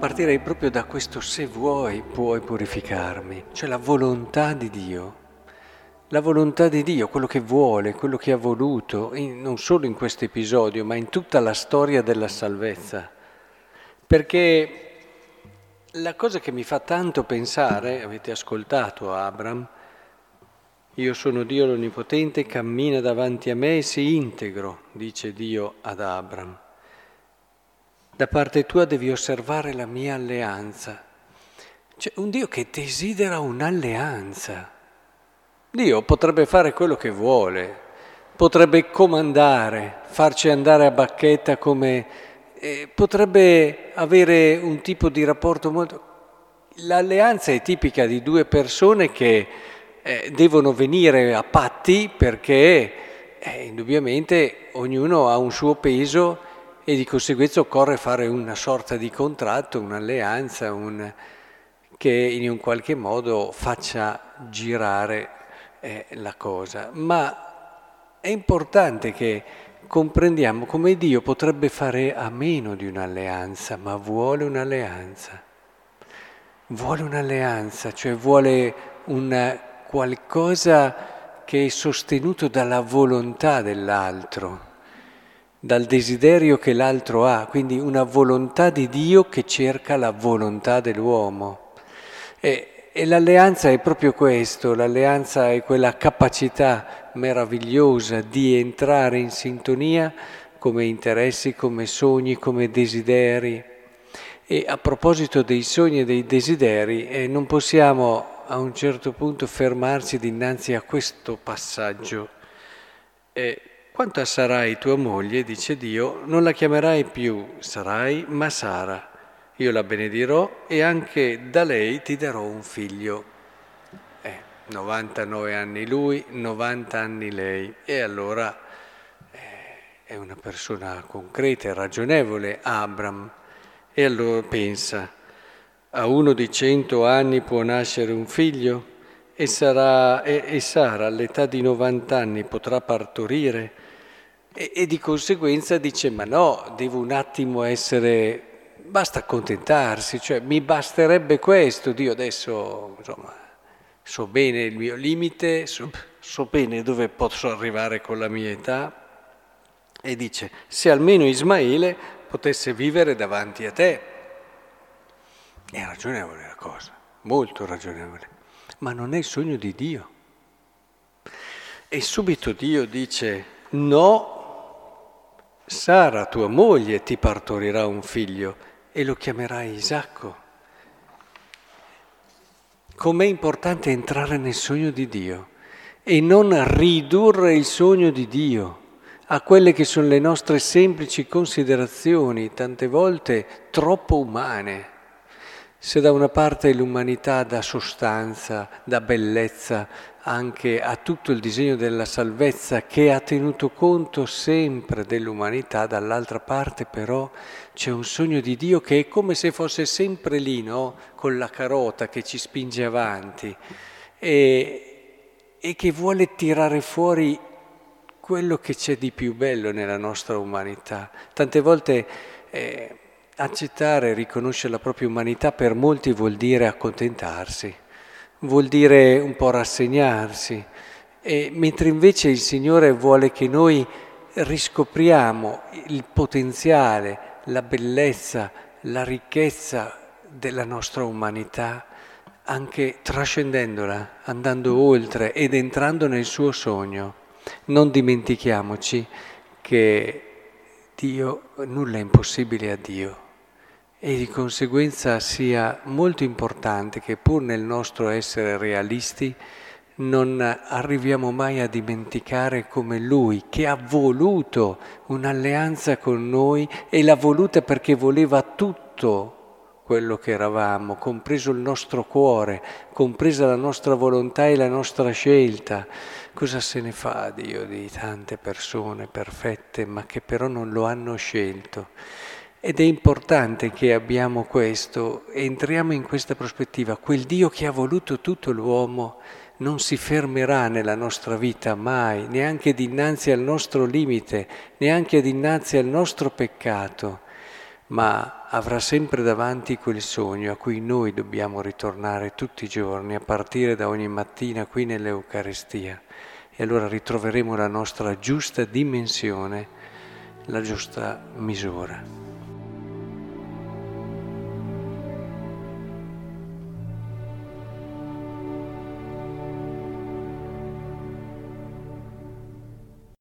partirei proprio da questo: se vuoi puoi purificarmi, cioè la volontà di Dio. La volontà di Dio, quello che vuole, quello che ha voluto, non solo in questo episodio, ma in tutta la storia della salvezza. Perché la cosa che mi fa tanto pensare, avete ascoltato Abram, io sono Dio l'Onnipotente, cammina davanti a me e si integro, dice Dio ad Abram. Da parte tua devi osservare la mia alleanza. C'è un Dio che desidera un'alleanza. Dio potrebbe fare quello che vuole, potrebbe comandare, farci andare a bacchetta come... potrebbe avere un tipo di rapporto molto... L'alleanza è tipica di due persone che devono venire a patti perché indubbiamente ognuno ha un suo peso e di conseguenza occorre fare una sorta di contratto, un'alleanza, che in un qualche modo faccia girare la cosa. Ma è importante che comprendiamo come Dio potrebbe fare a meno di un'alleanza, ma vuole un'alleanza. Vuole un'alleanza, cioè vuole un qualcosa che è sostenuto dalla volontà dell'altro, dal desiderio che l'altro ha, quindi una volontà di Dio che cerca la volontà dell'uomo. E l'alleanza è proprio questo, l'alleanza è quella capacità meravigliosa di entrare in sintonia come interessi, come sogni, come desideri. E a proposito dei sogni e dei desideri, non possiamo a un certo punto fermarci dinanzi a questo passaggio. Quanto a Sarai tua moglie, dice Dio, non la chiamerai più Sarai, ma Sara. Io la benedirò e anche da lei ti darò un figlio. 99 anni lui, 90 anni lei. E allora è una persona concreta e ragionevole, Abram. E allora pensa, a uno di 100 anni può nascere un figlio? E Sara all'età di 90 anni potrà partorire? E di conseguenza dice, ma no, devo un attimo basta accontentarsi, cioè mi basterebbe questo, Dio adesso, insomma, so bene il mio limite, so bene dove posso arrivare con la mia età, e dice, se almeno Ismaele potesse vivere davanti a te. È ragionevole la cosa, molto ragionevole, ma non è il sogno di Dio. E subito Dio dice, no, Sara, tua moglie, ti partorirà un figlio e lo chiamerai Isacco. Com'è importante entrare nel sogno di Dio e non ridurre il sogno di Dio a quelle che sono le nostre semplici considerazioni, tante volte troppo umane. Se da una parte l'umanità dà sostanza, dà bellezza anche a tutto il disegno della salvezza che ha tenuto conto sempre dell'umanità, dall'altra parte però c'è un sogno di Dio che è come se fosse sempre lì, no? Con la carota che ci spinge avanti e che vuole tirare fuori quello che c'è di più bello nella nostra umanità. Tante volte accettare e riconoscere la propria umanità per molti vuol dire accontentarsi, vuol dire un po' rassegnarsi, mentre invece il Signore vuole che noi riscopriamo il potenziale, la bellezza, la ricchezza della nostra umanità, anche trascendendola, andando oltre ed entrando nel suo sogno. Non dimentichiamoci che Dio, nulla è impossibile a Dio e di conseguenza sia molto importante che pur nel nostro essere realisti non arriviamo mai a dimenticare come Lui, che ha voluto un'alleanza con noi e l'ha voluta perché voleva tutto quello che eravamo, compreso il nostro cuore, compresa la nostra volontà e la nostra scelta. Cosa se ne fa Dio di tante persone perfette, ma che però non lo hanno scelto? Ed è importante che abbiamo questo, entriamo in questa prospettiva. Quel Dio che ha voluto tutto l'uomo non si fermerà nella nostra vita mai, neanche dinanzi al nostro limite, neanche dinanzi al nostro peccato, ma avrà sempre davanti quel sogno a cui noi dobbiamo ritornare tutti i giorni, a partire da ogni mattina qui nell'Eucaristia. E allora ritroveremo la nostra giusta dimensione, la giusta misura.